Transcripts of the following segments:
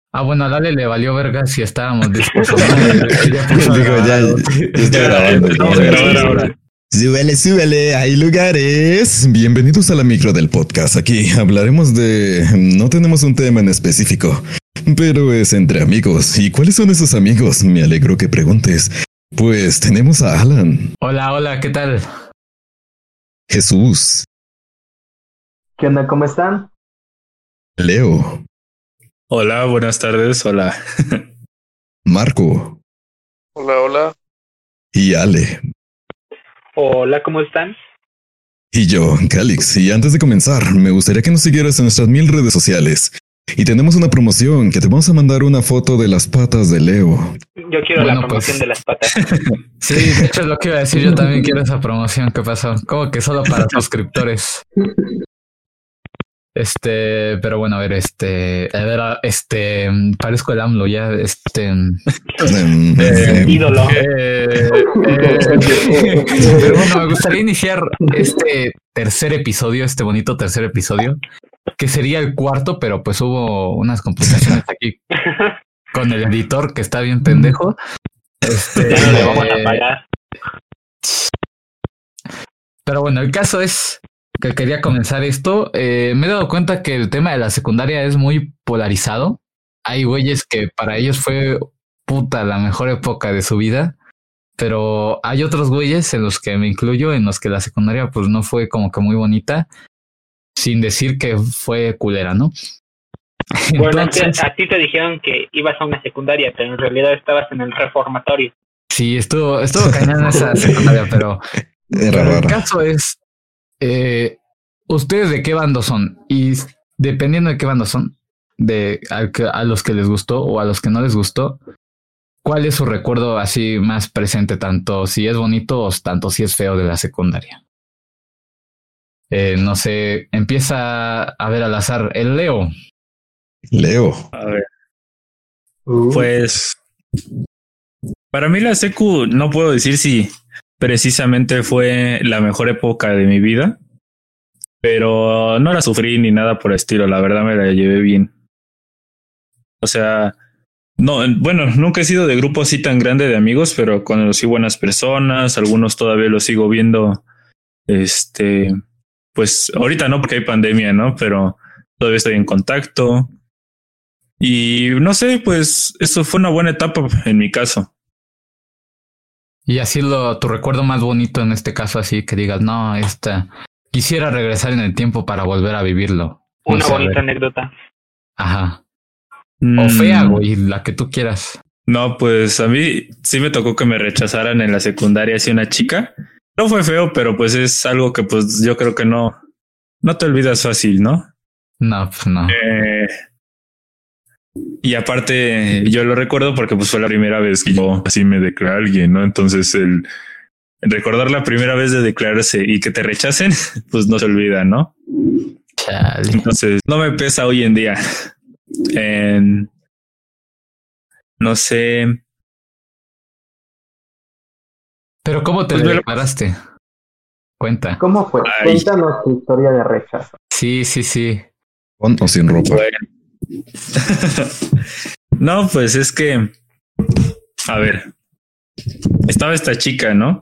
Ah, bueno, a Lale le valió verga si estábamos dispuestos, ¿no? Ella puso a Digo, grabar ya algo. estoy grabando. Vamos a grabar ahora. Súbele, súbele, hay lugares. Bienvenidos a la micro del podcast. Aquí hablaremos de... No tenemos un tema en específico, pero es entre amigos. ¿Y cuáles son esos amigos? Me alegro que preguntes. Pues tenemos a Alan, Hola, hola, ¿qué tal? Jesús, ¿Qué onda? ¿Cómo están? Leo, Hola, buenas tardes. Hola. Marco Hola, hola. y Ale. Hola, ¿cómo están? Y yo, Calix. Y antes de comenzar, me gustaría que nos siguieras en nuestras 1000 redes sociales. Y tenemos una promoción que te vamos a mandar una foto de las patas de Leo. Yo quiero Bueno, la promoción pues. de las patas. Sí, de hecho es lo que iba a decir, yo también quiero esa promoción. ¿Qué pasó? Como que solo para suscriptores. Pero bueno, a ver, parezco el AMLO ya, Ídolo. pero bueno, me gustaría iniciar este tercer episodio, este bonito tercer episodio, que sería el cuarto, pero pues hubo unas complicaciones aquí con el editor que está bien pendejo. Ya no le vamos a pagar. Pero bueno, el caso es que quería comenzar esto. Me he dado cuenta que el tema de la secundaria es muy polarizado. Hay güeyes que para ellos fue puta la mejor época de su vida, pero hay otros güeyes en los que me incluyo, en los que la secundaria pues no fue como que muy bonita, sin decir que fue culera, ¿no? Bueno, Entonces, a ti te dijeron que ibas a una secundaria, pero en realidad estabas en el reformatorio. sí, estuvo cañón esa secundaria, pero Era el raro. caso es, ¿ustedes de qué bando son? Y dependiendo de qué bando son, a los que les gustó o a los que no les gustó, ¿cuál es su recuerdo así más presente, tanto si es bonito o tanto si es feo de la secundaria? No sé, empieza a ver al azar el Leo. Leo. A ver, pues para mí la secu no puedo decir si precisamente fue la mejor época de mi vida, pero no la sufrí ni nada por el estilo. La verdad me la llevé bien. O sea, no, bueno, nunca he sido de grupo así tan grande de amigos, pero conocí buenas personas, algunos todavía los sigo viendo. Pues ahorita no porque hay pandemia, ¿no? Pero todavía estoy en contacto. Y no sé, pues eso fue una buena etapa en mi caso. Y así tu recuerdo más bonito en este caso, así que digas, no, quisiera regresar en el tiempo para volver a vivirlo. No Una sé, a bonita ver. anécdota. Ajá. O fea, güey, la que tú quieras. No, pues a mí sí me tocó que me rechazaran en la secundaria así una chica. No fue feo, pero pues es algo que pues yo creo que no te olvidas fácil, ¿no? No, pues no. Y aparte yo lo recuerdo porque pues fue la primera vez que yo así me declaré a alguien, ¿no? Entonces el recordar la primera vez de declararse y que te rechacen, pues no se olvida, ¿no? Chale. Entonces no me pesa hoy en día. No sé. Pero ¿cómo te Pues le me lo- declaraste? Cuenta. ¿Cómo fue? Ay. Cuéntanos tu historia de rechazo. Sí. ¿Con o sin ropa? Bueno. No, pues es que, a ver, estaba esta chica, ¿no?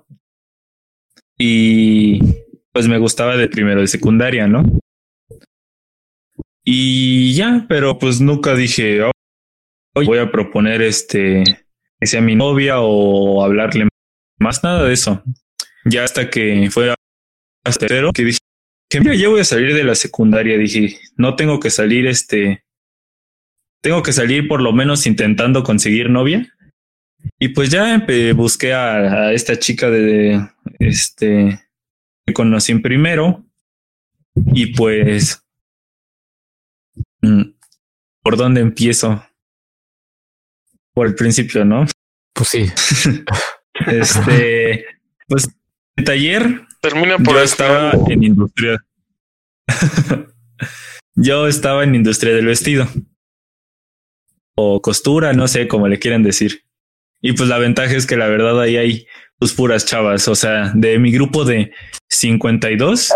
Y pues me gustaba de primero de secundaria, ¿no? Y ya, pero pues nunca dije, "Oh, voy a proponer que sea mi novia o hablarle más, nada de eso. Ya hasta que fue hasta tercero que dije, mira, ya voy a salir de la secundaria. Dije, no tengo que salir, tengo que salir por lo menos intentando conseguir novia. Y pues ya busqué a esta chica que conocí en primero. Y pues, ¿por dónde empiezo? Por el principio, ¿no? Pues sí. Pues en taller Termina por yo el estaba final. en industria. Yo estaba en industria del vestido. O costura, no sé cómo le quieran decir. Y pues la ventaja es que la verdad ahí hay pues puras chavas. O sea, de mi grupo de 52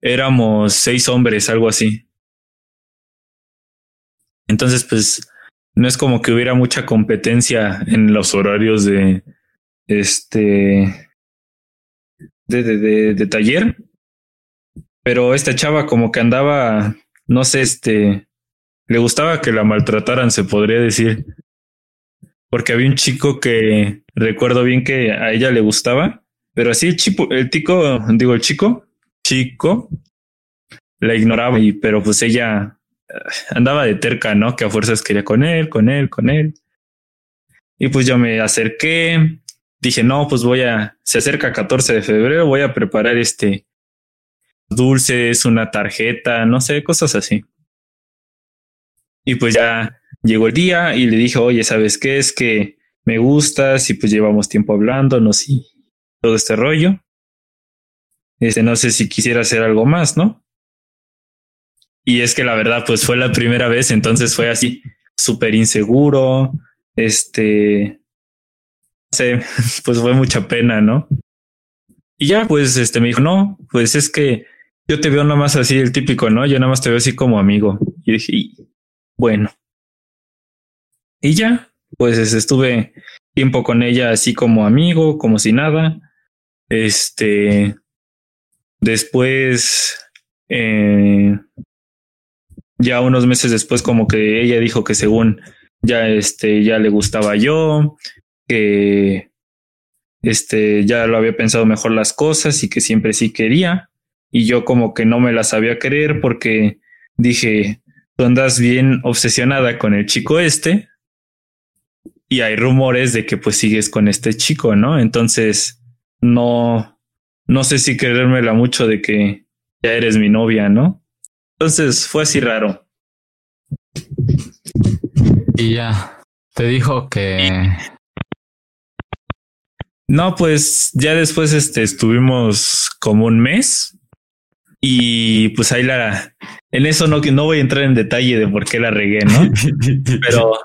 éramos 6 hombres, algo así. Entonces, pues no es como que hubiera mucha competencia en los horarios de taller, pero esta chava como que andaba, no sé, le gustaba que la maltrataran, se podría decir, porque había un chico que recuerdo bien que a ella le gustaba, pero así el chico, la ignoraba, pero pues ella andaba de terca, ¿no? Que a fuerzas quería con él. Y pues yo me acerqué, dije, no, pues se acerca 14 de febrero, voy a preparar dulces, una tarjeta, no sé, cosas así. Y pues ya llegó el día y le dije, oye, ¿sabes qué? Es que me gustas y pues llevamos tiempo hablándonos y todo este rollo. No sé si quisiera hacer algo más, ¿no? Y es que la verdad, pues fue la primera vez, entonces fue así, súper inseguro, no sé, pues fue mucha pena, ¿no? Y ya, pues, me dijo, no, pues es que yo te veo nomás así, el típico, ¿no? Yo nada más te veo así como amigo. Y dije, bueno. Y ya, pues estuve tiempo con ella así como amigo, como si nada. Después, ya unos meses después, como que ella dijo que según ya le gustaba yo, que ya lo había pensado mejor las cosas y que siempre sí quería. Y yo como que no me la sabía creer porque dije, tú andas bien obsesionada con el chico y hay rumores de que pues sigues con este chico, ¿no? Entonces no sé si creérmela mucho de que ya eres mi novia, ¿no? Entonces fue así raro. Y ya, te dijo que... No, pues ya después estuvimos como un mes y pues ahí en eso no voy a entrar en detalle de por qué la regué, ¿no? Pero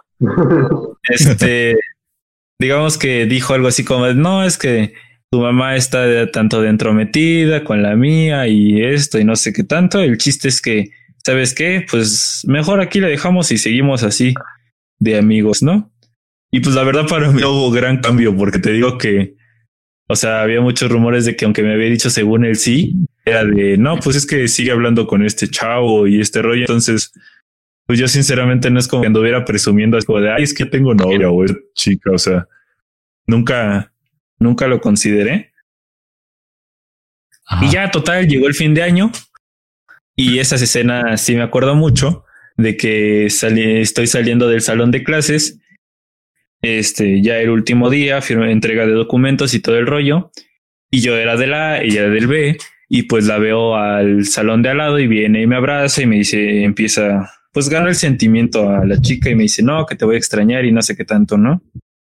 digamos que dijo algo así como, no, es que tu mamá está tanto de entrometida con la mía y esto y no sé qué tanto. El chiste es que, ¿sabes qué? Pues mejor aquí la dejamos y seguimos así de amigos, ¿no? Y pues la verdad para mí no hubo gran cambio porque te digo que, o sea, había muchos rumores de que aunque me había dicho según él sí, era de, no, pues es que sigue hablando con este chavo y este rollo. Entonces, pues yo sinceramente no es como que anduviera presumiendo así como de, ay, es que tengo novia o es chica, o sea, nunca lo consideré. Ajá. Y ya total, llegó el fin de año y esas escenas sí me acuerdo mucho de que estoy saliendo del salón de clases. Ya el último día, entrega de documentos y todo el rollo. Y yo era del A, ella era del B. Y pues la veo al salón de al lado y viene y me abraza y me dice, empieza, pues gana el sentimiento a la chica y me dice, no, que te voy a extrañar y no sé qué tanto, ¿no?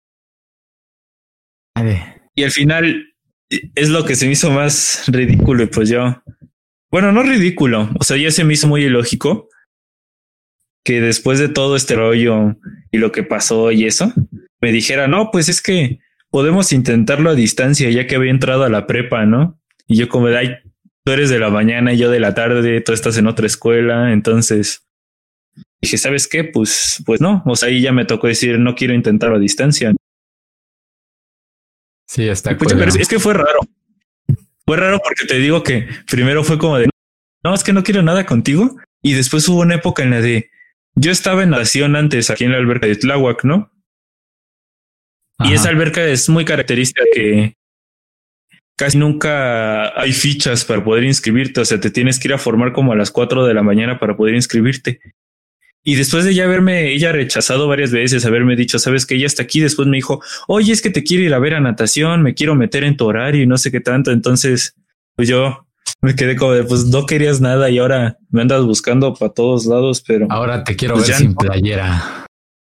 Y al final es lo que se me hizo más ridículo y pues yo, bueno, no ridículo, o sea, ya se me hizo muy ilógico que después de todo este rollo y lo que pasó y eso, me dijera, no, pues es que podemos intentarlo a distancia ya que había entrado a la prepa, ¿no? Y yo como de, ay, tú eres de la mañana y yo de la tarde, tú estás en otra escuela, entonces dije, ¿sabes qué? Pues no, o sea, ahí ya me tocó decir, no quiero intentarlo a distancia. Sí, está pues, pero es que fue raro. Fue raro porque te digo que primero fue como de, no, es que no quiero nada contigo. Y después hubo una época en la de, yo estaba en natación antes aquí en la alberca de Tláhuac, ¿no? Ajá. Y esa alberca es muy característica que casi nunca hay fichas para poder inscribirte. O sea, te tienes que ir a formar como a las 4 de la mañana para poder inscribirte. Y después de ya haberme ella rechazado varias veces, haberme dicho, sabes que ella está aquí, después me dijo, oye, es que te quiero ir a ver a natación, me quiero meter en tu horario y no sé qué tanto. Entonces, pues yo me quedé como de, pues no querías nada y ahora me andas buscando para todos lados, pero... Ahora te quiero pues ver sin playera.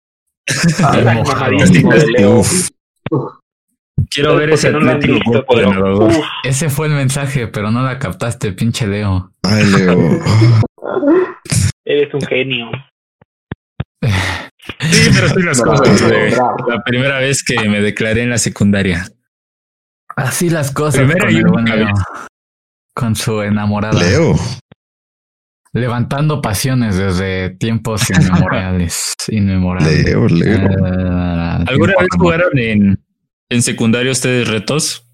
Quiero ver ese atlético. Ese fue el mensaje, pero no la captaste, pinche Leo. Ay, Leo. Eres un genio. Sí, pero sí las cosas de la primera vez que me declaré en la secundaria. Así las cosas. Primera con el buen Leo, con su enamorada. Leo. Levantando pasiones desde tiempos inmemorables. Leo. ¿Alguna vez jugaron en secundaria ustedes retos?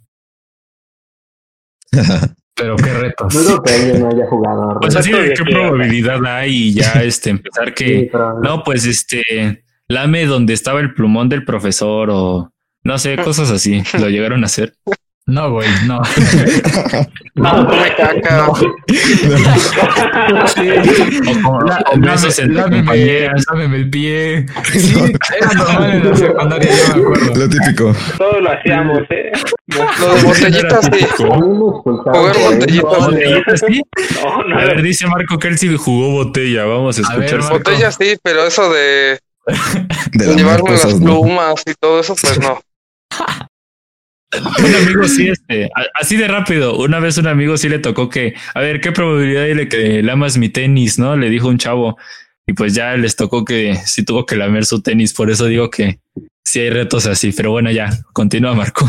Pero qué retos. No creo que alguien no haya jugado. Pues así de qué que- probabilidad hay y ya empezar que Sí, pero no, pues lame donde estaba el plumón del profesor o no sé, cosas así. Lo llegaron a hacer. No, güey, no. No, Come caca. O besos entre compañeras. Lámeme el pie. Sí, era normal en la secundaria, yo me acuerdo. Lo típico. todos lo hacíamos, ¿eh? Lo de botellitas, sí. a mí me expulsaron. Jugar por eso. botellitas. ¿Botellitas sí? No, no, A ver, dice Marco que él sí jugó botella. Vamos a A ver, escuchar. Marco. Botellas, sí, pero eso de De la llevarme las cosas, ¿no? plumas y todo eso, pues no. Un amigo sí, así de rápido. Una vez un amigo sí le tocó que, a ver, ¿qué probabilidad hay de que lamas mi tenis? ¿No? Le dijo un chavo. Y pues ya les tocó que sí tuvo que lamer su tenis. Por eso digo que sí hay retos así. Pero bueno, ya, continúa, Marco.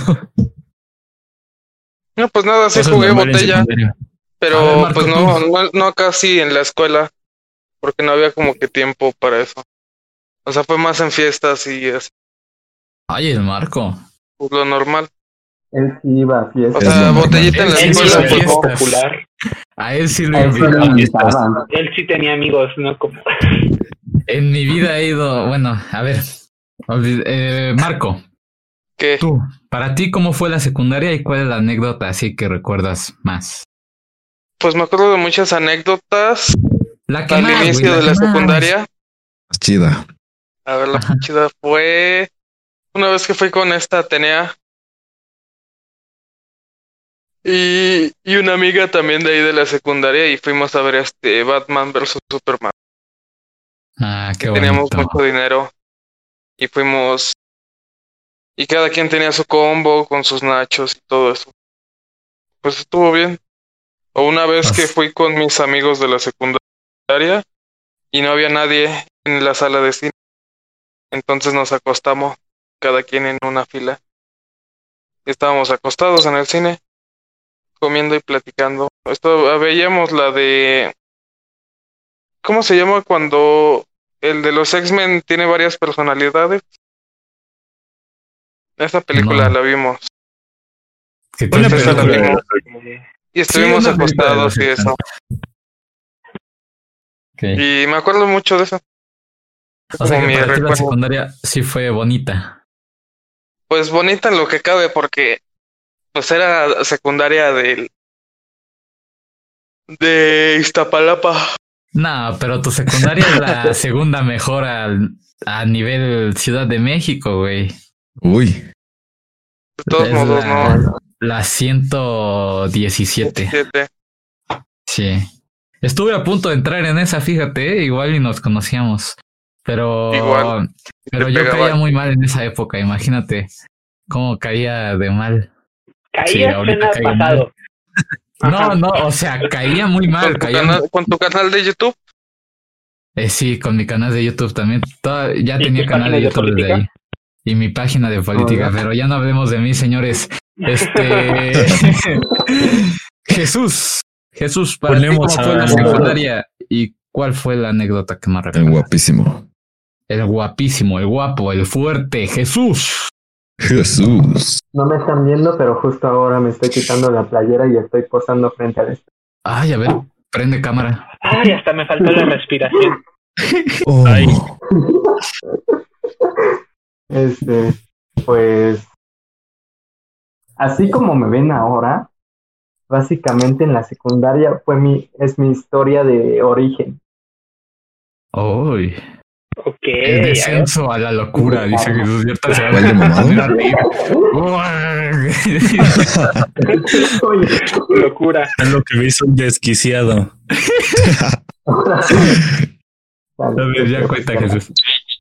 No, pues nada, sí Cosas jugué normales en botella, secundaria. A ver, pero Marco, pues tú. no casi en la escuela, porque no había como que tiempo para eso. O sea, fue más en fiestas y así, Ay, el Marco. pues lo normal. Él sí iba a fiestas. O sea, lo normal. botellita en la Él sí escuela, iba a pues no. fiestas. popular. A él sí lo A él sí lo invitaban. invitaban. Él sí tenía amigos, ¿no? Como... En mi vida he ido, bueno, a ver, Marco, ¿Qué? tú, para ti, ¿cómo fue la secundaria y cuál es la anécdota así que recuerdas más? Pues me acuerdo de muchas anécdotas La que al más, güey, inicio de que la más. secundaria. Chida. A ver, la Ajá. chida fue una vez que fui con esta Atenea y una amiga también de ahí de la secundaria y fuimos a ver Batman versus Superman. Ah, qué Teníamos bonito. mucho dinero y fuimos y cada quien tenía su combo con sus nachos y todo eso. Pues estuvo bien. O una vez que fui con mis amigos de la secundaria y no había nadie en la sala de cine. Entonces nos acostamos cada quien en una fila. Y estábamos acostados en el cine, comiendo y platicando. Veíamos la de... ¿Cómo se llama cuando el de los X-Men tiene varias personalidades? Esa película No. la vimos. Que Una Pues tiene esa la película. vimos. Y estuvimos una película de acostados los y eso. Ok. Y me acuerdo mucho de eso. O sea Como que mi para ti la recuerdo. secundaria sí fue bonita. Pues bonita en lo que cabe porque pues era secundaria de Iztapalapa. No, pero tu secundaria es la segunda mejor a nivel Ciudad de México, güey. Uy. De todos Es modos, no. la 117. 17. Sí. Estuve a punto de entrar en esa, fíjate, igual y nos conocíamos. Pero, Igual. pero Te yo pegaba caía ahí. muy mal en esa época, imagínate cómo caía de mal. Sí, Caía ahorita suena caigo pasado. Ajá. No, o sea, caía muy mal, Con tu canal de YouTube. Sí, con mi canal de YouTube también. Ya ¿Y tenía tu canal de página de YouTube desde política? ahí. Y mi página de política, Hola. pero ya no hablemos de mí, señores. Jesús, para ti, Ponemos ¿cómo fue la a- secundaria? ¿Y cuál fue la anécdota que más El recuerdas? guapísimo. El guapísimo, el guapo, el fuerte, Jesús. Jesús. No me están viendo, pero justo ahora me estoy quitando la playera y estoy posando frente al espejo. Ay, a ver, prende cámara. Ay, hasta me faltó la respiración. Oh. Ay. Pues, así como me ven ahora, básicamente en la secundaria es mi historia de origen. Uy, Ok. el descenso a la locura, dice Jesús. Y ahorita se va ¿Cuál de mamado? a reír. Oye, Locura. Es lo que me hizo un desquiciado. A ver, ya cuenta, Jesús.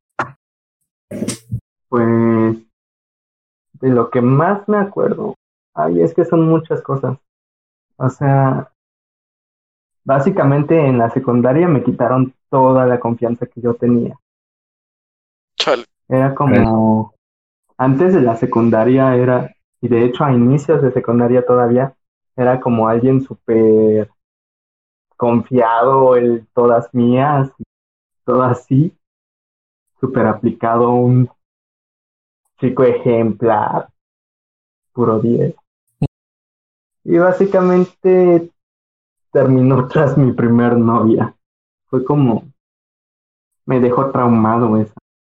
Pues, de lo que más me acuerdo, ay, es que son muchas cosas. O sea, básicamente en la secundaria me quitaron toda la confianza que yo tenía. Chale. Era como, antes de la secundaria era, y de hecho a inicios de secundaria todavía, era como alguien súper confiado, el todas mías, todo así, súper aplicado, un chico ejemplar, puro 10. Y básicamente terminó tras mi primer novia. Fue como, me dejó traumado esa.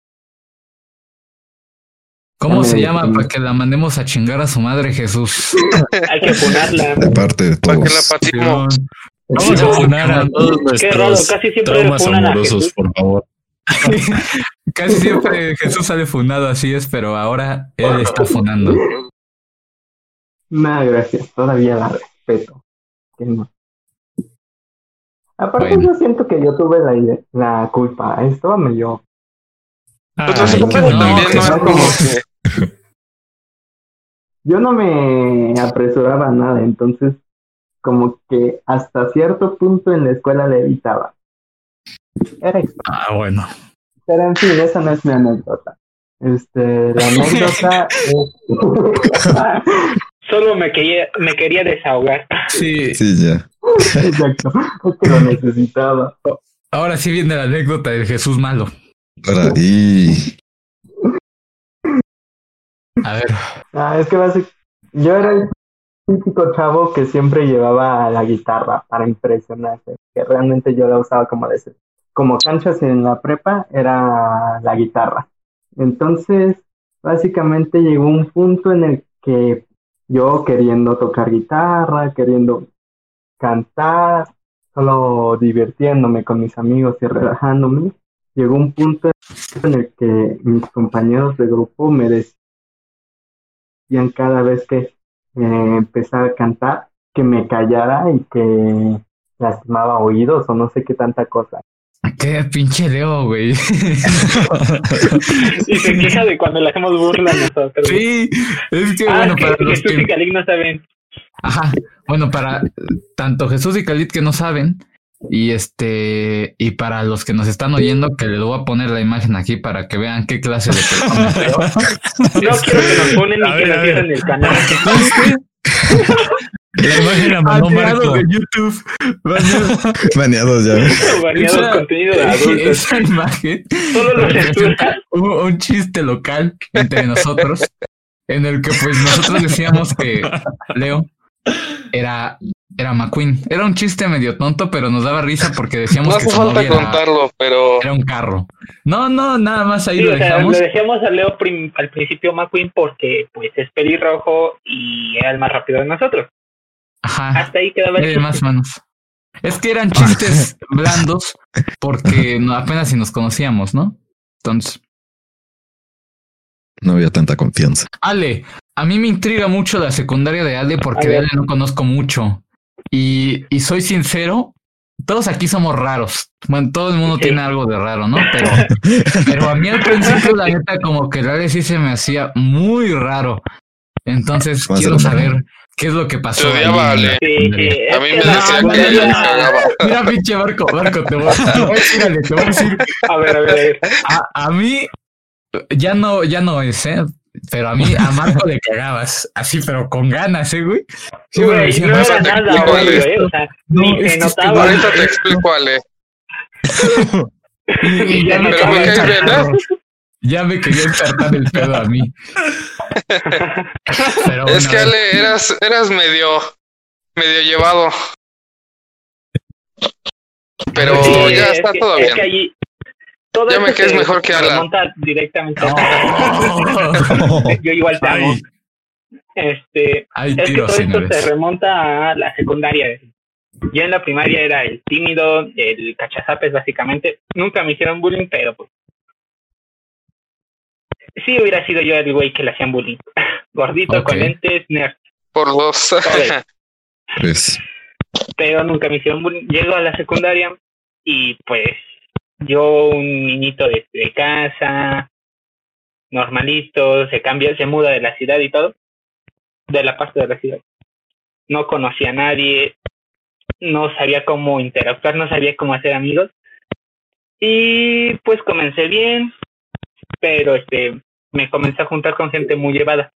¿Cómo se llama para que la mandemos a chingar a su madre, Jesús? Hay que funarla. De parte de Para que la todos. patimos. Vamos a funar a todos Qué raro, nuestros casi siempre traumas funan a amorosos, Jesús. por favor. Casi siempre Jesús sale funado, así es, pero ahora él está funando. Nada, gracias, todavía la respeto. Que no. Aparte Bueno. yo siento que yo tuve la culpa, estaba medio... Pues Ay, supongo que que no, también no es Jesús. como que. Yo no me apresuraba a nada, entonces como que hasta cierto punto en la escuela le evitaba. Era extraño. Ah, bueno. Pero en fin, esa no es mi anécdota. La anécdota es... Solo me quería desahogar. Sí, Sí, ya. Exacto, es que lo necesitaba. ahora sí viene la anécdota del Jesús malo. Ahora, y A ver, Es que yo era el típico chavo que siempre llevaba la guitarra para impresionarse, que realmente yo la usaba como canchas en la prepa, era la guitarra. Entonces, básicamente llegó un punto en el que yo queriendo tocar guitarra, queriendo cantar, solo divirtiéndome con mis amigos y relajándome, llegó un punto en el que mis compañeros de grupo me decían cada vez que empezaba a cantar que me callara y que lastimaba oídos o no sé qué tanta cosa. qué pinche Leo, güey. Y se queja de cuando le hacemos burla a nosotros. Sí, es que bueno, para que los Jesús y que... Kalik no saben. Ajá, bueno, para tanto Jesús y Khalid que no saben, y y para los que nos están oyendo, que les voy a poner la imagen aquí para que vean qué clase de persona es Leo. No quiero que nos ponen ni A que ver, nos a ver. cierren el canal. La imagen la mandó Marco. de YouTube. baneados ya. Baneado contenido de adultos. Esa imagen Solo lo censuran. un chiste local entre nosotros, en el que pues nosotros decíamos que Leo era McQueen. Era un chiste medio tonto, pero nos daba risa porque decíamos No que hace su falta novia contarlo, pero. era un carro. No, nada más ahí Sí, lo o sea, dejamos. le dejamos a Leo al principio McQueen porque pues es pelirrojo y era el más rápido de nosotros. Ajá, Hasta ahí quedaba el chiste. más o menos. Es que eran chistes blandos porque apenas si nos conocíamos, ¿no? Entonces, No había tanta confianza. Ale, a mí me intriga mucho la secundaria de Ale porque A de ver. Ale no conozco mucho. Y soy sincero, todos aquí somos raros. Bueno, todo el mundo Sí. tiene algo de raro, ¿no? Pero a mí al principio, la neta, como que el Ale sí se me hacía muy raro. Entonces, Más de quiero lo saber qué es lo que pasó. Te odiaba, ahí en la Ale. Sí, secundaria. sí, A es mí que me la decía que secundaria- ella me cagaba. Mira, pinche Marco, te voy a decir, Ale, te voy a decir. A ver. A mí, ya no es, ¿eh? Pero a mí, a Marco le cagabas, así, pero con ganas, güey. Sí, me Güey, decía, no "Marco, era te nada explico, obvio, Ale. o sea, No, ni es se que este notaba. güey- Ahorita te explico, Ale. y ya me Pero me quería caes bien, ensartar, ¿eh? ya me quería ensartar el pedo a mí. Pero Es bueno, que, a ver, Ale, eras medio llevado. Pero Sí, ya es está que- todo es bien. que allí todo Ya esto me caes se mejor que Alan. remonta directamente no. Yo igual te amo. Hay Es que tiros, todo esto señores. se remonta a la secundaria. Yo en la primaria era el tímido, el cachazapes básicamente. Nunca me hicieron bullying, pero pues sí hubiera sido yo el güey que le hacían bullying. Gordito, Ok. con lentes, nerd. Por dos. Todo. Pues, Pero nunca me hicieron bullying. Llego a la secundaria y pues yo, un niñito de casa, normalito, se muda de la ciudad y todo, de la parte de la ciudad. No conocía a nadie, no sabía cómo interactuar, no sabía cómo hacer amigos. Y pues comencé bien, pero me comencé a juntar con gente muy llevada.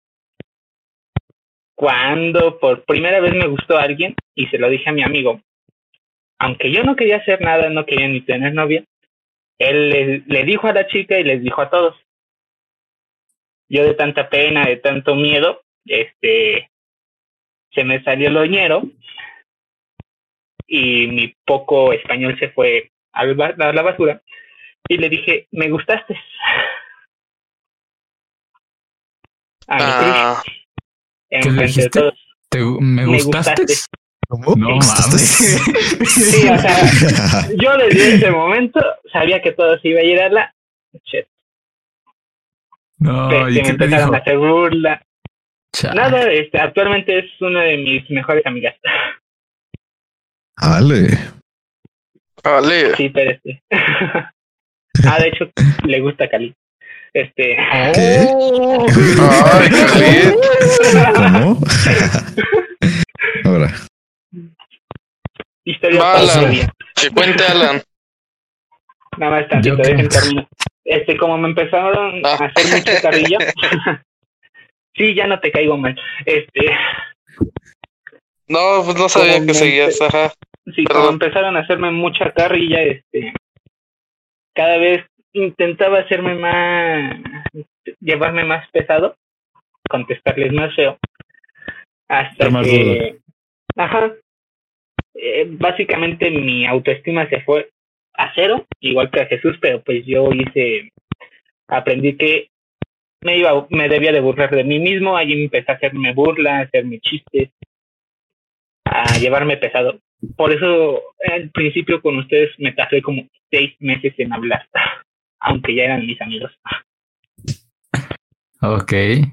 Cuando por primera vez me gustó alguien y se lo dije a mi amigo, aunque yo no quería hacer nada, no quería ni tener novia, él le dijo a la chica y les dijo a todos. Yo de tanta pena, de tanto miedo, se me salió el oñero y mi poco español se fue a la basura y le dije, me gustaste. A mi crush. ¿Qué le dijiste? ¿Me gustaste? ¿Cómo? No mames. Sí, o sea, yo desde ese momento sabía que todo se iba a ir a la shit. No, ¿y me qué te empezaron dijo? a hacer burla. Chale. Nada, actualmente es una de mis mejores amigas. Ale. Vale. Sí, pero de hecho, le gusta Cali. ¿Qué? Ay, qué bien. ¿Cómo? Ahora. Historia Va, para Alan. otro día. Que cuente Alan. Nada más tantito, Yo qué. dejen terminar. Como me empezaron a hacer mucha carrilla. Sí, ya no te caigo mal. No, pues no sabía Como que seguías, ajá. Sí, Perdón. como empezaron a hacerme mucha carrilla, cada vez intentaba llevarme más pesado, contestarles más feo, hasta Ser más que, básicamente mi autoestima se fue a cero, igual que a Jesús, pero pues yo aprendí que me debía de burlar de mí mismo, ahí empecé a hacerme burla, a hacerme chistes, a llevarme pesado. Por eso al principio con ustedes me tardé como 6 meses en hablar, aunque ya eran mis amigos. Ok.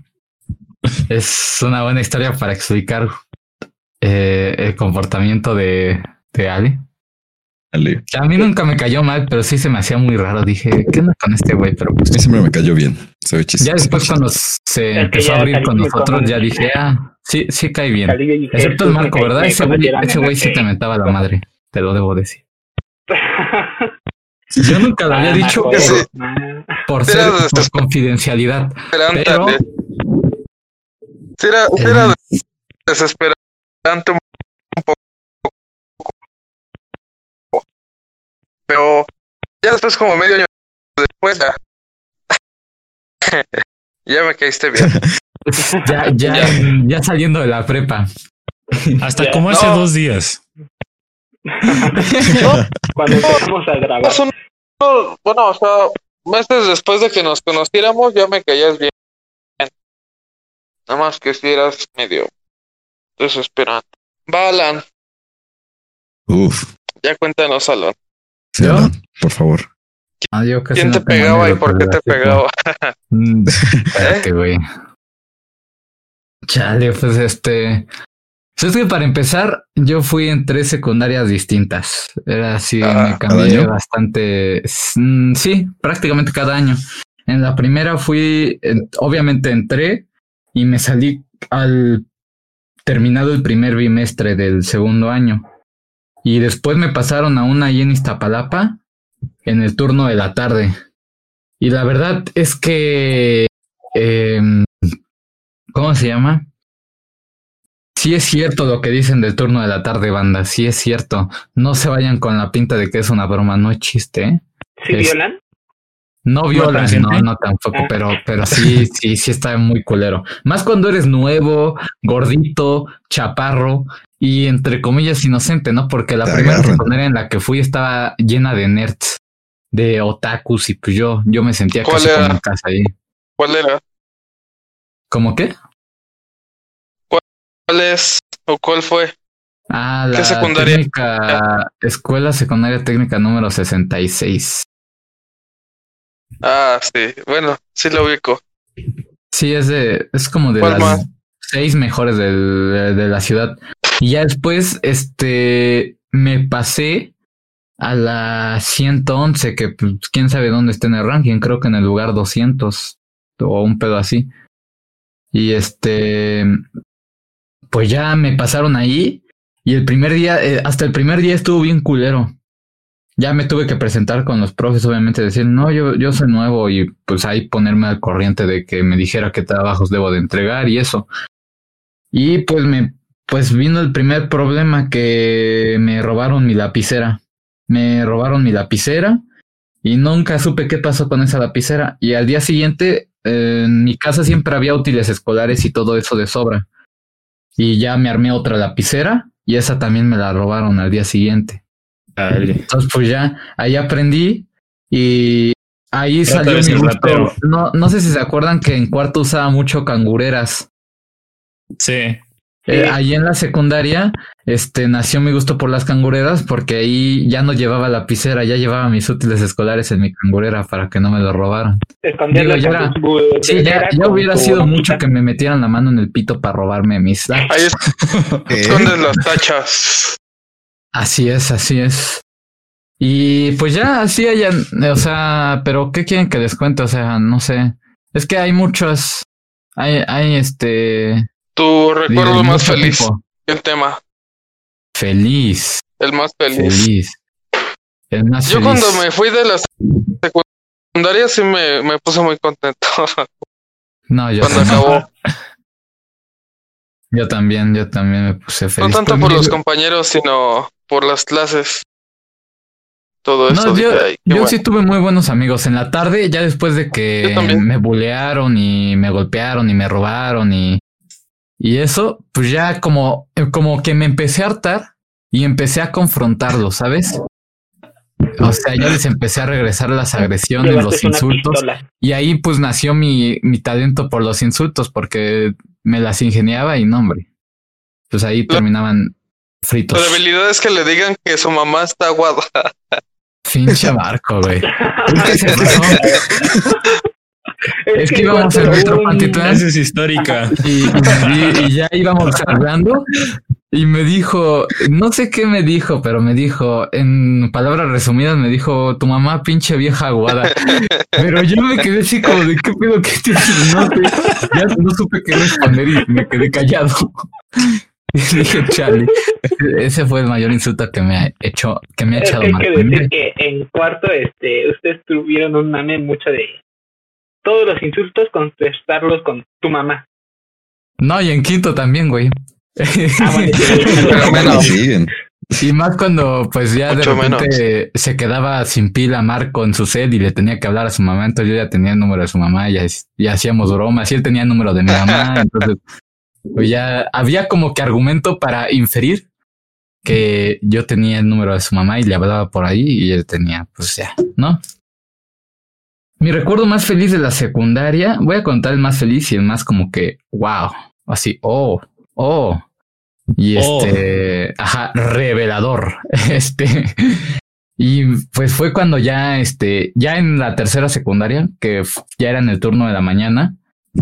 Es una buena historia para explicar el comportamiento de Ali. Ale. Que a mí nunca me cayó mal, pero sí se me hacía muy raro. Dije, ¿qué onda con este güey? Pero A pues mí siempre me cayó bien. Soy chistoso. ya después cuando se empezó a abrir con nosotros, ya dije, sí cae bien. Excepto el Marco, ¿verdad? Ese güey sí te mentaba la madre. Te lo debo decir. Yo nunca lo había dicho por confidencialidad. Pero Era desesperante un poco. Pero ya después, como medio año después, ya me caíste bien. ya saliendo de la prepa. Hasta como hace 2 días. Cuando empezamos a grabar. Bueno, o sea, meses después de que nos conociéramos, ya me caías bien. Nada más que si eras medio desesperante. Va, Alan. Uf. Ya cuéntanos, Alan. Sí, ¿Yo? Alan, por favor. Yo casi ¿Quién no te tengo pegaba y por qué te anécdotas pegaba? Espérate, güey. Chale, pues es que para empezar, yo fui en 3 secundarias distintas. Era así, me cambié año? bastante. Sí, prácticamente cada año. En la primera obviamente entré y me salí al terminado el primer bimestre del segundo año. Y después me pasaron a una ahí en Iztapalapa en el turno de la tarde. Y la verdad es que ¿cómo se llama? Sí es cierto lo que dicen del turno de la tarde, banda. Sí es cierto. No se vayan con la pinta de que es una broma, no es chiste, ¿eh? ¿Sí violan? No violan, presente? no tampoco, pero sí está muy culero. Más cuando eres nuevo, gordito, chaparro y entre comillas inocente, ¿no? Porque la Te primera agarran. secundaria en la que fui estaba llena de nerds, de otakus y pues yo me sentía ¿Cuál casi era? como en casa ahí. ¿Cuál era? ¿Cómo qué? ¿Cuál es o cuál fue? Ah, ¿Qué la secundaria? Escuela Secundaria Técnica número 66. Ah, sí. Bueno, sí lo ubico. Sí, es como de ¿Cuál las más? 6 mejores de la ciudad. Y ya después, me pasé a la 111, que pues, quién sabe dónde está en el ranking, creo que en el lugar 200 o un pedo así. Y pues ya me pasaron ahí y el primer día, hasta el primer día estuvo bien culero. Ya me tuve que presentar con los profes, obviamente, decir, no, yo soy nuevo y pues ahí ponerme al corriente de que me dijera qué trabajos debo de entregar y eso. Y pues pues vino el primer problema, que me robaron mi lapicera. Me robaron mi lapicera y nunca supe qué pasó con esa lapicera. Y al día siguiente, en mi casa siempre había útiles escolares y todo eso de sobra. Y ya me armé otra lapicera y esa también me la robaron al día siguiente. Dale. Entonces pues ya ahí aprendí y ahí Trata salió de mi ser gusto. ratero. No sé si se acuerdan que en cuarto usaba mucho cangureras. Sí. Ahí en la secundaria, nació mi gusto por las cangureras, porque ahí ya no llevaba lapicera, ya llevaba mis útiles escolares en mi cangurera para que no me lo robaran. Esconderlo Digo, con ya- tu Sí, ya con hubiera tu sido boquita. mucho que me metieran la mano en el pito para robarme mis lápices. Ahí escondes las tachas. Así es, así es. Y pues ya, así hayan, o sea, pero ¿qué quieren que les cuente? O sea, no sé. Es que hay muchos, hay Tu recuerdo de más mucho feliz. tipo. El tema. Feliz, El más feliz. feliz. El más Yo feliz. cuando me fui de la secundaria sí me puse muy contento. No, yo Cuando también. acabó. Yo también me puse No feliz. tanto Pues, por mire, los compañeros, sino por las clases. Todo eso. no, dije, "Ay, qué yo bueno". sí tuve muy buenos amigos. En la tarde, ya después de Yo que también. me bulearon y me golpearon y me robaron y eso, pues ya como que me empecé a hartar y empecé a confrontarlos, ¿sabes? O sea, ya les empecé a regresar las agresiones, los Llevaste una insultos. pistola. Y ahí pues nació mi talento por los insultos, porque me las ingeniaba y no, hombre. Pues ahí terminaban fritos. La debilidad es que le digan que su mamá está aguada. Pinche Marco, güey. Es que se pasó. Es que íbamos cuando en Metro un- Pantitlán Esa es histórica. y ya íbamos hablando y me dijo, no sé qué me dijo, pero me dijo, en palabras resumidas, me dijo, tu mamá pinche vieja aguada. Pero yo me quedé así como de, ¿qué pedo? ¿Qué tienes? No sé, ya no supe qué responder y me quedé callado. Y dije, chale, ese fue el mayor insulto que me ha hecho, que me ha Es echado que hay que Marco. decir que en cuarto, ustedes tuvieron un mame mucho de todos los insultos contestarlos con tu mamá. No, y en quinto también, güey. Bueno, Pero menos. Siguen. Y más cuando pues ya Mucho de repente se quedaba sin pila Marco en su cel y le tenía que hablar a su mamá, entonces yo ya tenía el número de su mamá y hacíamos bromas y él tenía el número de mi mamá, entonces pues ya había como que argumento para inferir que yo tenía el número de su mamá y le hablaba por ahí y él tenía, pues ya, ¿no? Mi recuerdo más feliz de la secundaria, voy a contar el más feliz y el más como que, wow, así, y ajá, revelador, y pues fue cuando ya, ya en la tercera secundaria, que ya era en el turno de la mañana,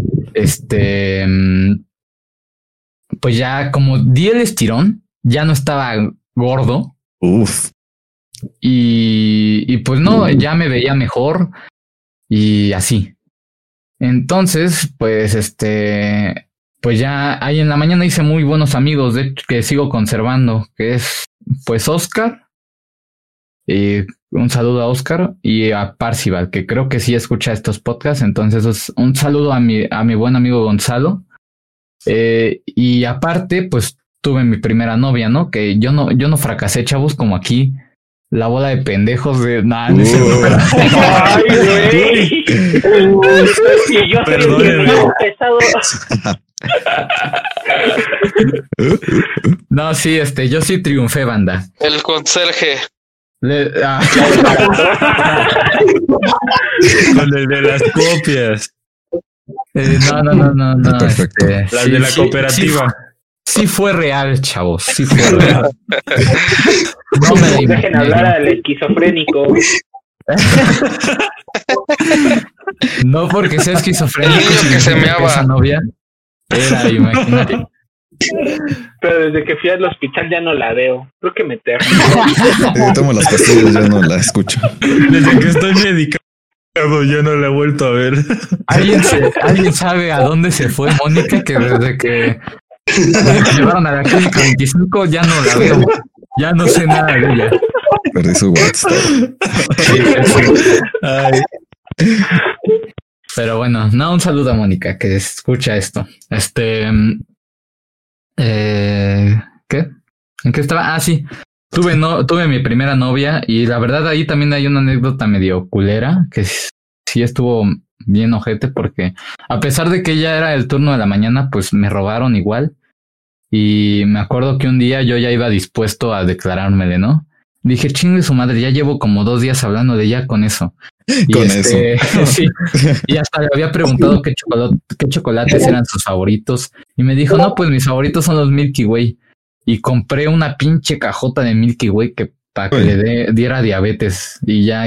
pues ya como di el estirón, ya no estaba gordo Uf. y pues no, ya me veía mejor y así. Entonces, pues pues ya ahí en la mañana hice muy buenos amigos, de hecho, que sigo conservando, que es pues Oscar, y un saludo a Oscar y a Parcival, que creo que sí escucha estos podcasts, entonces un saludo a mi buen amigo Gonzalo. Y aparte, pues tuve mi primera novia, ¿no? Que yo no fracasé, chavos, como aquí la bola de pendejos de nah, no es cierto. Ay, güey. Y yo soy Perdóneme. el más pesado. No, sí, yo sí triunfé, banda. El conserje. Con el de las copias. No. Perfecto. Las de la cooperativa. Sí fue real, chavos. Sí fue real. No me la Dejen imaginé, hablar ¿no? al esquizofrénico. No porque sea esquizofrénico, El niño que se significa meaba. esa novia era imaginaria. Pero desde que fui al hospital ya no la veo. Creo que me terno. Tomo las pastillas, ya no la escucho. Desde que estoy medicado ya no la he vuelto a ver. ¿Alguien sabe a dónde se fue Mónica? Que desde que me llevaron a la clínica 25 ya no la veo. Ya no sé nada de ella. Perdí su WhatsApp. Ay, Pero bueno, no, un saludo a Mónica que escucha esto. ¿Qué? ¿En qué estaba? Ah, sí. Tuve mi primera novia y la verdad ahí también hay una anécdota medio culera que sí estuvo bien ojete porque a pesar de que ella era el turno de la mañana, pues me robaron igual. Y me acuerdo que un día yo ya iba dispuesto a declarármele, ¿no? Dije, chingue su madre, ya llevo como 2 días hablando de ella con eso. Y Con eso. Sí, y hasta le había preguntado qué chocolates eran sus favoritos. Y me dijo, no, pues mis favoritos son los Milky Way. Y compré una pinche cajota de Milky Way que para que le diera diabetes. Y ya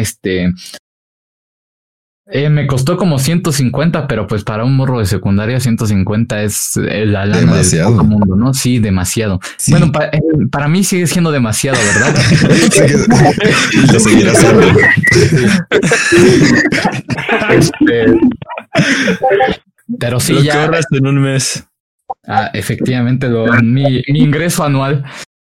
me costó como 150, pero pues para un morro de secundaria 150 es la lana demasiado. del poco mundo, ¿no? Sí, demasiado. Sí. Bueno, para mí sigue siendo demasiado, ¿verdad? Y lo seguirá haciendo. Pero sí, Lo que ya. ahorras en un mes. Efectivamente, mi ingreso anual.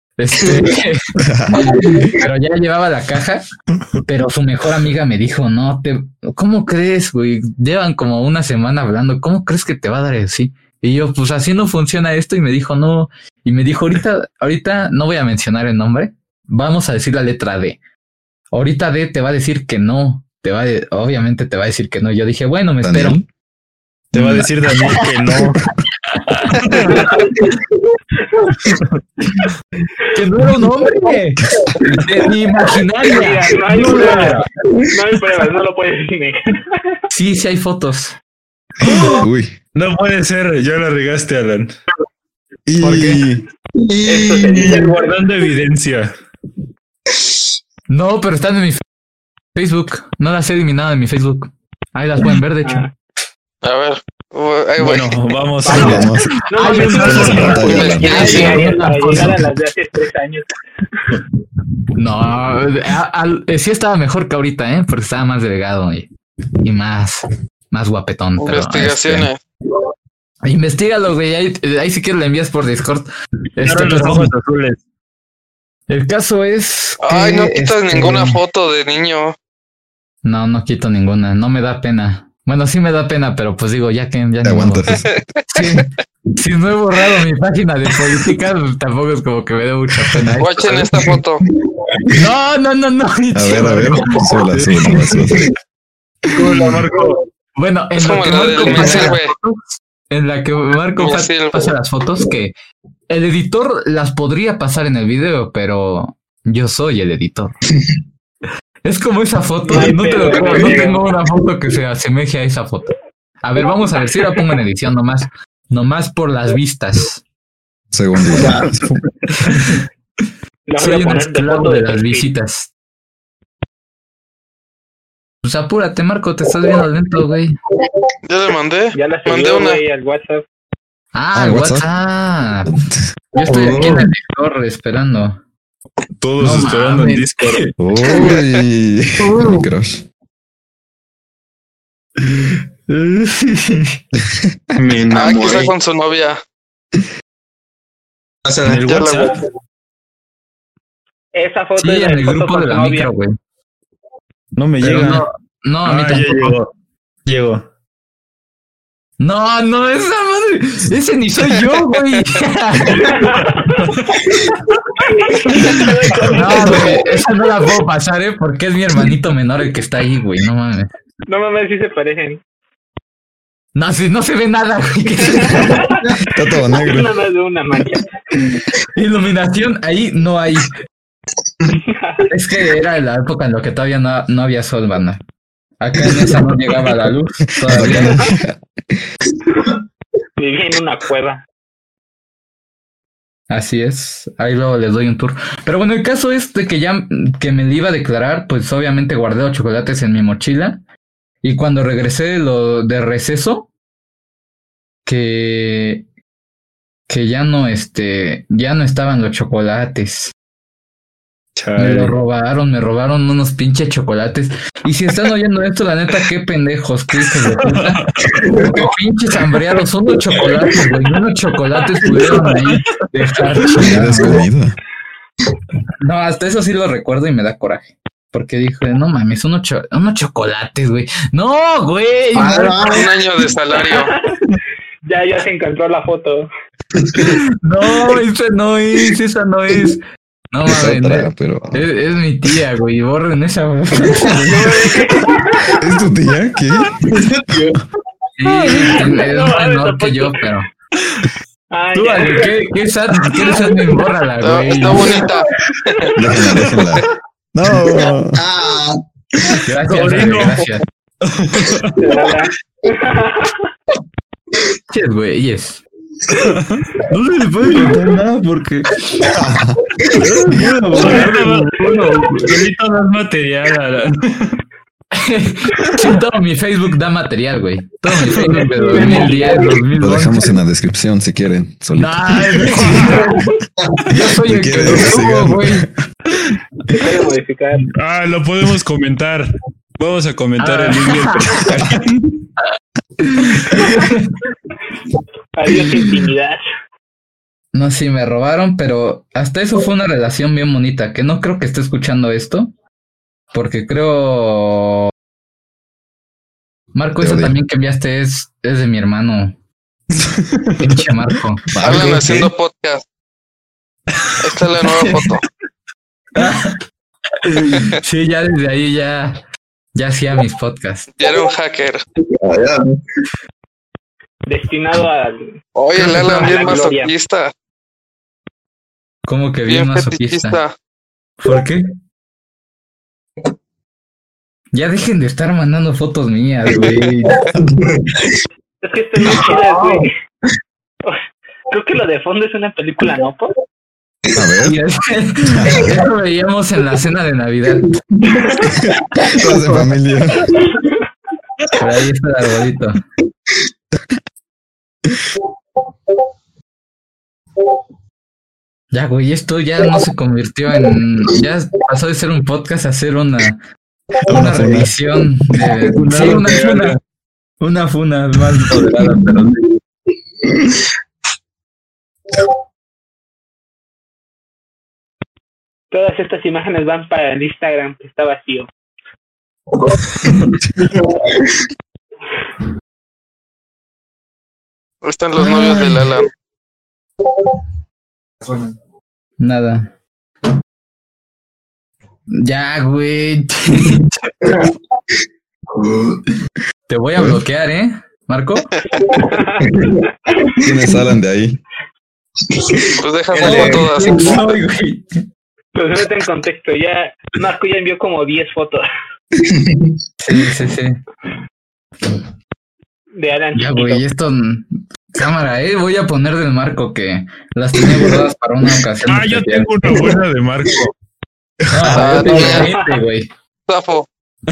Pero ya llevaba la caja, pero su mejor amiga me dijo, ¿cómo crees, güey? Llevan como una semana hablando, ¿cómo crees que te va a dar así? Y yo, pues así no funciona esto, y me dijo, no, y me dijo, ahorita no voy a mencionar el nombre, vamos a decir la letra D. Ahorita D te va a decir que no, obviamente te va a decir que no. Yo dije, bueno, me espero. Te va a decir Daniel que no. Que no era un hombre. Ni imaginaria. Mira, no hay pruebas, no lo puedes negar. Sí hay fotos. Uy. No puede ser, ya la regaste, Alan. ¿Por qué? Esto se dice Guardando evidencia. No, pero están en mi Facebook. No las he eliminado en mi Facebook. Ahí las pueden ver, de hecho. A ver. Ahí voy. Bueno, vamos. Vamos. No, Hay mames, una foto en pantalla, para llegar una a cosa. las de hace 3 años. No, sí estaba mejor que ahorita, porque estaba más delgado y más guapetón. Pero, Investigaciones. Investígalo, güey. Ahí si quieres le envías por Discord. Ahora los Pero ojos azules. el caso es que, Ay, no quitas ninguna foto de niño. No quito ninguna. No me da pena. Bueno, sí me da pena, pero pues digo, ya Te ni aguantas. Sí. Si no he borrado mi página de política, tampoco es como que me da mucha pena. Guachen esta foto. No. A ver. Súbela. ¿Cómo la marco? Bueno, Es como la del me sirve. en la que Marco Me sirve. pasa las fotos, que el editor las podría pasar en el video, pero yo soy el editor. Es como esa foto, no tengo una foto que se asemeje a esa foto. A ver, vamos a ver si la pongo en edición nomás por las vistas. Segundo. Soy un esclavo de las visitas. Pues apúrate, Marco, te estás viendo lento, güey. Ya le mandé. Ya la Mandé subió, una. güey, al WhatsApp. El WhatsApp. Yo estoy aquí en el Discord esperando. Todos No esperando en mames. Discord. Uy. Mi crush. Me Quizá enamoré. con su novia. En el Ya la WhatsApp. Esa foto Sí, es en el foto grupo con de tu la novia. micro, güey. No me Pero llega. no, a mí ya tampoco. llegó. No, esa madre. Ese ni soy yo, güey. No, güey, esa no la puedo pasar, porque es mi hermanito menor el que está ahí, güey. No mames. No mames, sí se parecen. No, si no se ve nada, güey. Está todo negro. Nada más de una mancha. Iluminación, ahí no hay. Es que era la época en la que todavía no había sol, banda. Acá en esa no llegaba la luz. Todavía no. Vivía en una cueva. Así es, ahí luego les doy un tour. Pero bueno, el caso es de que ya que me iba a declarar, pues obviamente guardé los chocolates en mi mochila. Y cuando regresé de receso, que ya no estaban los chocolates. Me robaron unos pinches chocolates. Y si están oyendo esto, la neta, qué pendejos, qué hijos de puta. Qué pinches hambreados, son los chocolates, güey. Unos chocolates pudieron ahí dejar. Eres comida. No, hasta eso sí lo recuerdo y me da coraje. Porque dije, no mames, unos chocolates, güey. No, güey. Un año de salario. Ya se encontró la foto. No, esa no es. No mames, Otra, pero... es mi tía, güey. Borren esa. ¿Es tu tía? ¿Qué? Sí, es más menor que yo, pero. Tú, ya. Ale, ¿qué sad? ¿Quieres admin? Bórrala, güey. Está bonita. Déjenla. No. Gracias, Ale, gracias. Yes, güey, yes. No se le puede contar nada porque. Ahorita das material. Sí, todo mi Facebook da material, güey. Todo mi Facebook de 2010, Lo 2011. dejamos en la descripción si quieren. Solito. Yo soy el que lo subo, güey. Puede modificar. Lo podemos comentar. Vamos a comentar el link. Adiós, intimidad. No, sí, me robaron, pero hasta eso fue una relación bien bonita, que no creo que esté escuchando esto, porque creo... Marco, esa también que enviaste es de mi hermano. Pinche Marco. Hablan haciendo podcast. Esta es la nueva foto. Sí, ya desde ahí ya hacía mis podcasts. Ya era un hacker. Destinado al... Oye, el Alan a bien la gloria. masoquista. ¿Cómo que bien Bien masoquista? fetichista. ¿Por qué? Ya dejen de estar mandando fotos mías, güey. Es que están muy chidas, güey. Creo que lo de fondo es una película, ¿no? Po? A ver. Eso veíamos en la cena de Navidad. Todos de familia. Por ahí está el arbolito. Ya, güey, esto ya no se convirtió en... Ya pasó de ser un podcast a ser una revisión. Sí, una funa más moderada, pero... Todas estas imágenes van para el Instagram, que está vacío. Están los novios del Alan. Nada. Ya, güey. Te voy a bloquear, Marco. ¿Quiénes salen de ahí? Pues déjame todas. ¿Quién soy, güey? Pues vete en contexto, ya Marco ya envió como 10 fotos Sí. de Alan Ya, chiquito. güey, esto... Cámara, voy a poner del Marco que las tenía guardadas para una ocasión. Yo especial. tengo una buena de Marco. Yo tengo 20, güey. Zafo.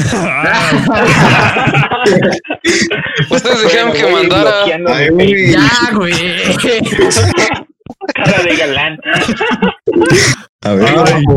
Ustedes dijeron que mandara. Ya, güey. Cara de galán. A ver.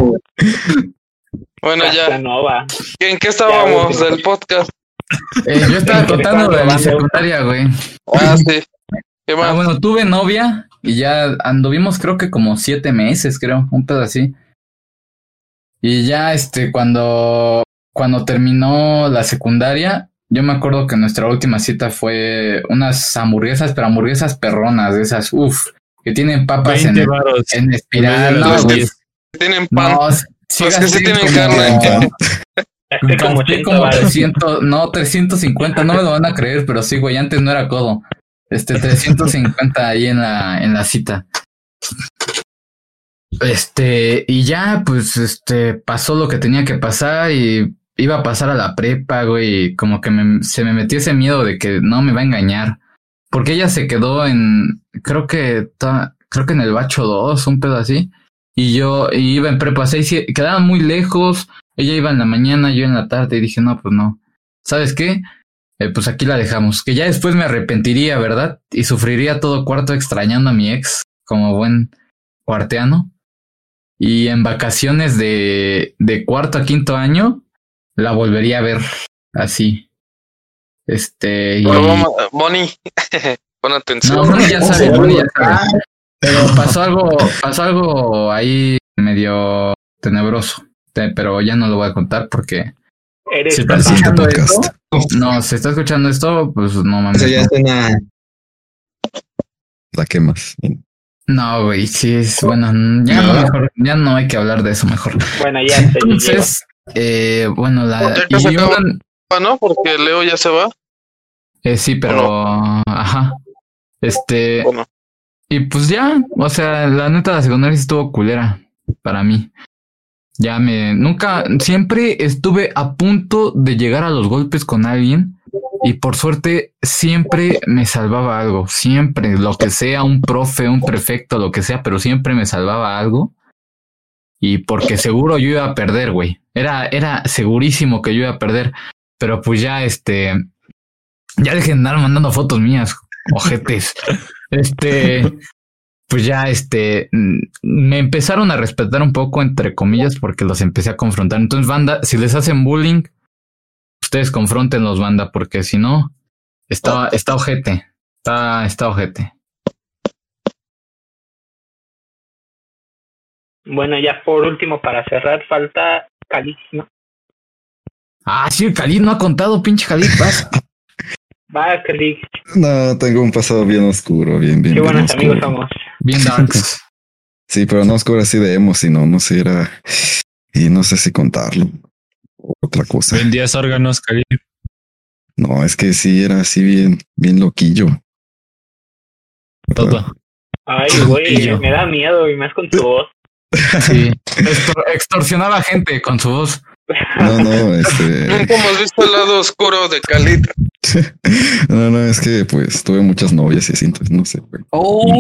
Bueno, ya. Casanova. ¿En qué estábamos del podcast? Yo estaba contando de mi secundaria, güey. Ah, sí. ¿Qué más? Bueno, tuve novia y ya anduvimos creo que como 7 meses, creo, un pedo así. Y ya cuando terminó la secundaria, yo me acuerdo que nuestra última cita fue unas hamburguesas, pero hamburguesas perronas, de esas, que tienen papas 20 varos. en espiral, no, güey. Tienen pan. No, sí Los que sí gasté tienen carne. Gasté como 300, no, 350, no me lo van a creer, pero sí, güey, antes no era codo. 350 ahí en la cita. Y ya, pues, pasó lo que tenía que pasar y iba a pasar a la prepa, güey, y como que se me metió ese miedo de que no me va a engañar. Porque ella se quedó creo que en el Bacho 2, un pedo así. Y yo iba en prepa 6, quedaban muy lejos. Ella iba en la mañana, yo en la tarde, y dije, no, pues no. ¿Sabes qué? Pues aquí la dejamos. Que ya después me arrepentiría, ¿verdad? Y sufriría todo cuarto extrañando a mi ex, como buen cuarteano. Y en vacaciones de cuarto a quinto año, la volvería a ver así. Bonnie, pon atención. No, Bonnie ya sabe, Bonnie ya sabe. Pero pasó algo ahí medio tenebroso. Pero ya no lo voy a contar porque... Eres si está escuchando esto, no, si está escuchando esto, pues no mames. Eso ya es una... La quemas. No, güey, sí es bueno. Ya no, mejor, ya no hay que hablar de eso mejor. Bueno, ya se Entonces, bueno, Ya que se acaba, ¿no? Porque Leo ya se va. sí, pero ajá. Bueno. Y pues ya, o sea, la neta la secundaria sí estuvo culera para mí. Siempre estuve a punto de llegar a los golpes con alguien y por suerte siempre me salvaba algo, siempre, lo que sea, un profe, un prefecto, lo que sea, pero siempre me salvaba algo y porque seguro yo iba a perder, güey. Era segurísimo que yo iba a perder, pero pues ya ya dejen de andar mandando fotos mías, ojetes. Pues ya me empezaron a respetar un poco, entre comillas, porque los empecé a confrontar. Entonces, banda, si les hacen bullying, ustedes confrontenlos, banda, porque si no, está ojete. Está ojete. Bueno, ya por último, para cerrar, falta Khalid, ¿no? Ah, sí, el Khalid no ha contado, pinche Khalid, vas. Va, Khalid. No, tengo un pasado bien oscuro, bien Qué buenos oscuro. amigos somos. Bien darks. Sí, pero no oscuro así de emo, sino, no sé, y no sé si contarlo. Otra cosa. Vendías órganos, Khalid. No, es que sí, era así bien loquillo. Todo. Ay, güey, me da miedo y más con tu voz. Sí. Extorsionaba gente con su voz. No, Nunca hemos visto el lado oscuro de Khalid. No, es que pues tuve muchas novias y así, entonces no sé, güey.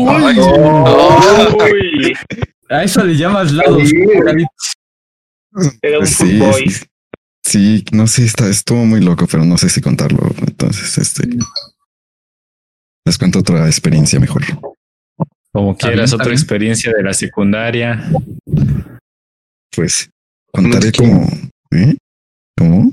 Uy, A eso le llamas lado oscuro, Khalid. era un Pues fuckboy. sí, no sé, estuvo muy loco, pero no sé si contarlo. Entonces, les cuento otra experiencia mejor. Como quieras, Está otra bien. experiencia de la secundaria. Pues contaré como, ¿eh? ¿Cómo?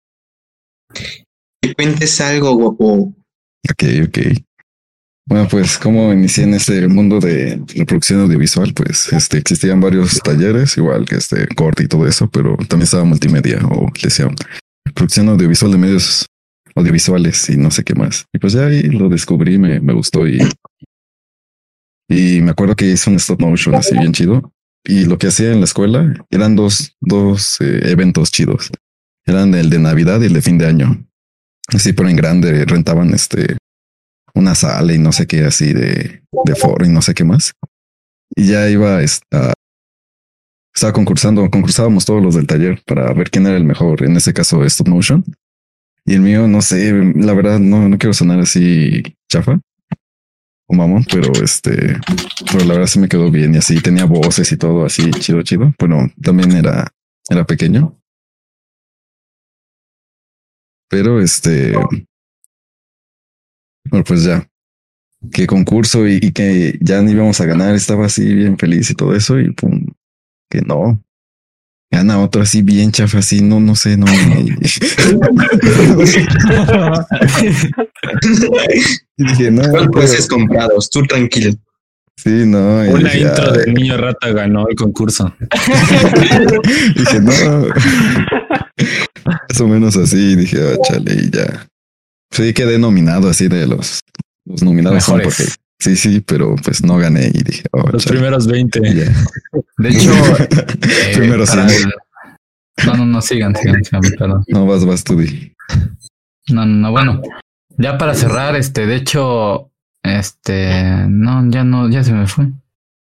Que cuentes algo, guapo. Ok. Bueno, pues como inicié en este mundo de la producción audiovisual, pues existían varios talleres, igual que corte y todo eso, pero también estaba multimedia o le decían producción audiovisual de medios audiovisuales y no sé qué más. Y pues ya ahí lo descubrí, me gustó y me acuerdo que hice un stop motion así bien chido. Y lo que hacía en la escuela eran dos eventos chidos. Eran el de Navidad y el de fin de año. Así, pero en grande rentaban una sala y no sé qué así de foro y no sé qué más. Y ya estaba concursábamos todos los del taller para ver quién era el mejor, en ese caso stop motion. Y el mío, no sé, la verdad no quiero sonar así chafa o mamón, pero la verdad sí me quedó bien y así tenía voces y todo así chido, pero también era pequeño. Pero bueno, pues ya que concurso y que ya ni íbamos a ganar, estaba así bien feliz y todo eso y pum, que no. Gana otro así bien chafa, así, no sé, no. Y dije, no. ¿Cuál pues comprados? Tú tranquilo. Sí, no. Y Una dije, intro del niño rata ganó el concurso. dije, no. Más o menos así, dije, chale, y ya. Sí, quedé nominado así de los nominados son Mejores. porque sí, pero pues no gané y dije, Los chale, primeros 20. y ya. De hecho, Primero para 100. No, sigan, perdón. No, vas tú, di. No, bueno. Ya para cerrar, de hecho, ya se me fue.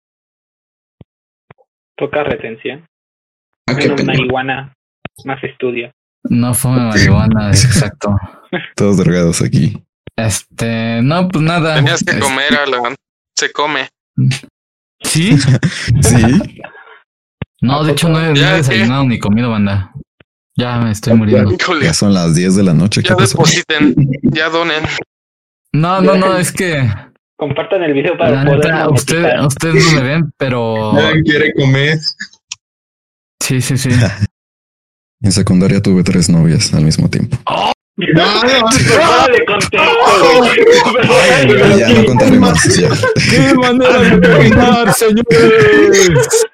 Toca retención. Ah, qué Menos pena. marihuana, más estudio. No fume marihuana, exacto. Todos drogados aquí. No, pues nada. Tenías que comer, Alan. Se come. ¿Sí? Sí. No, de hecho no he Ya, desayunado ni comido, banda. Ya me estoy muriendo. Híjole. Ya son las 10 de la noche. ¿Qué Ya pasó? depositen. Ya donen. No, es que Compartan el video para la poder neta, monetizar. ustedes no me ven, pero Nadie quiere comer. sí. En secundaria tuve 3 novias al mismo tiempo. Fuera de contexto, güey. Ya no contaré más. Ya. ¡Qué manera de terminar, señores!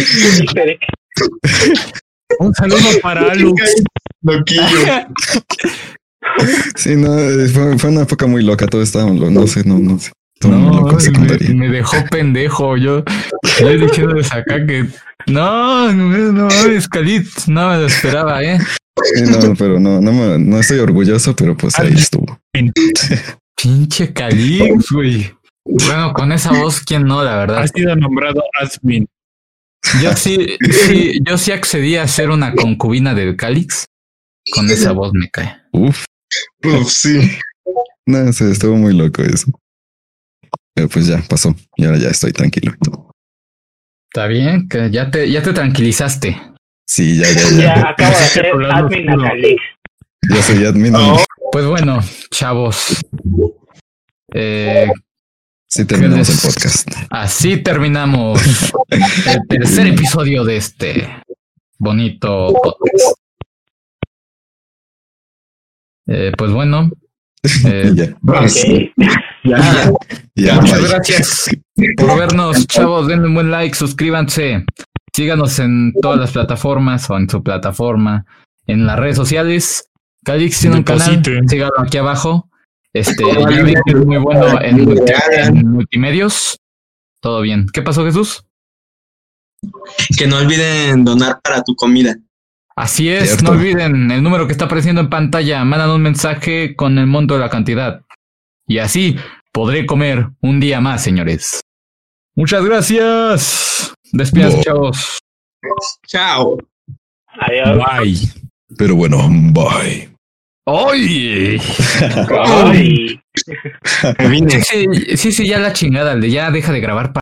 Un saludo para Alux. Loquillo. Sí, no, fue una época muy loca. Todo estaba, no sé. Estuvo muy loco en secundaria. me dejó pendejo. Yo diciéndoles acá que no mames, Khalid, no me lo esperaba, Sí, no, pero no estoy orgulloso, pero pues ahí estuvo. Pinche Calix, güey. Bueno, con esa voz, ¿quién no, la verdad? Ha sido nombrado admin. Yo sí accedí a ser una concubina del Calix. Con esa voz me cae. Uf, Sí. no, se estuvo muy loco eso. Pero pues ya pasó y ahora ya estoy tranquilo. Está bien, que ya te tranquilizaste. Sí, ya. Ya acabo de hacer admin a Calix. Ya soy admin. Pues bueno, chavos. Sí, terminamos el podcast. Así terminamos el tercer episodio de este bonito podcast. Pues bueno. Ya. Ok. Ya, Muchas bye. gracias por vernos, chavos. Denle un buen like, suscríbanse. Síganos en todas las plataformas o en su plataforma, en las redes sociales. Calix tiene un canal, Depositen. síganlo aquí abajo. Ya vi que es muy bueno en multimedios. Todo bien. ¿Qué pasó, Jesús? Que no olviden donar para tu comida. Así es, Cierto. no olviden el número que está apareciendo en pantalla. Mandan un mensaje con el monto de la cantidad. Y así podré comer un día más, señores. Muchas gracias. Despídense, Bo- chavos. Chao. Adiós. Bye. Pero bueno, bye. ¡Ay! Ay. Me vine. Sí, ya la chingada. Ya deja de grabar.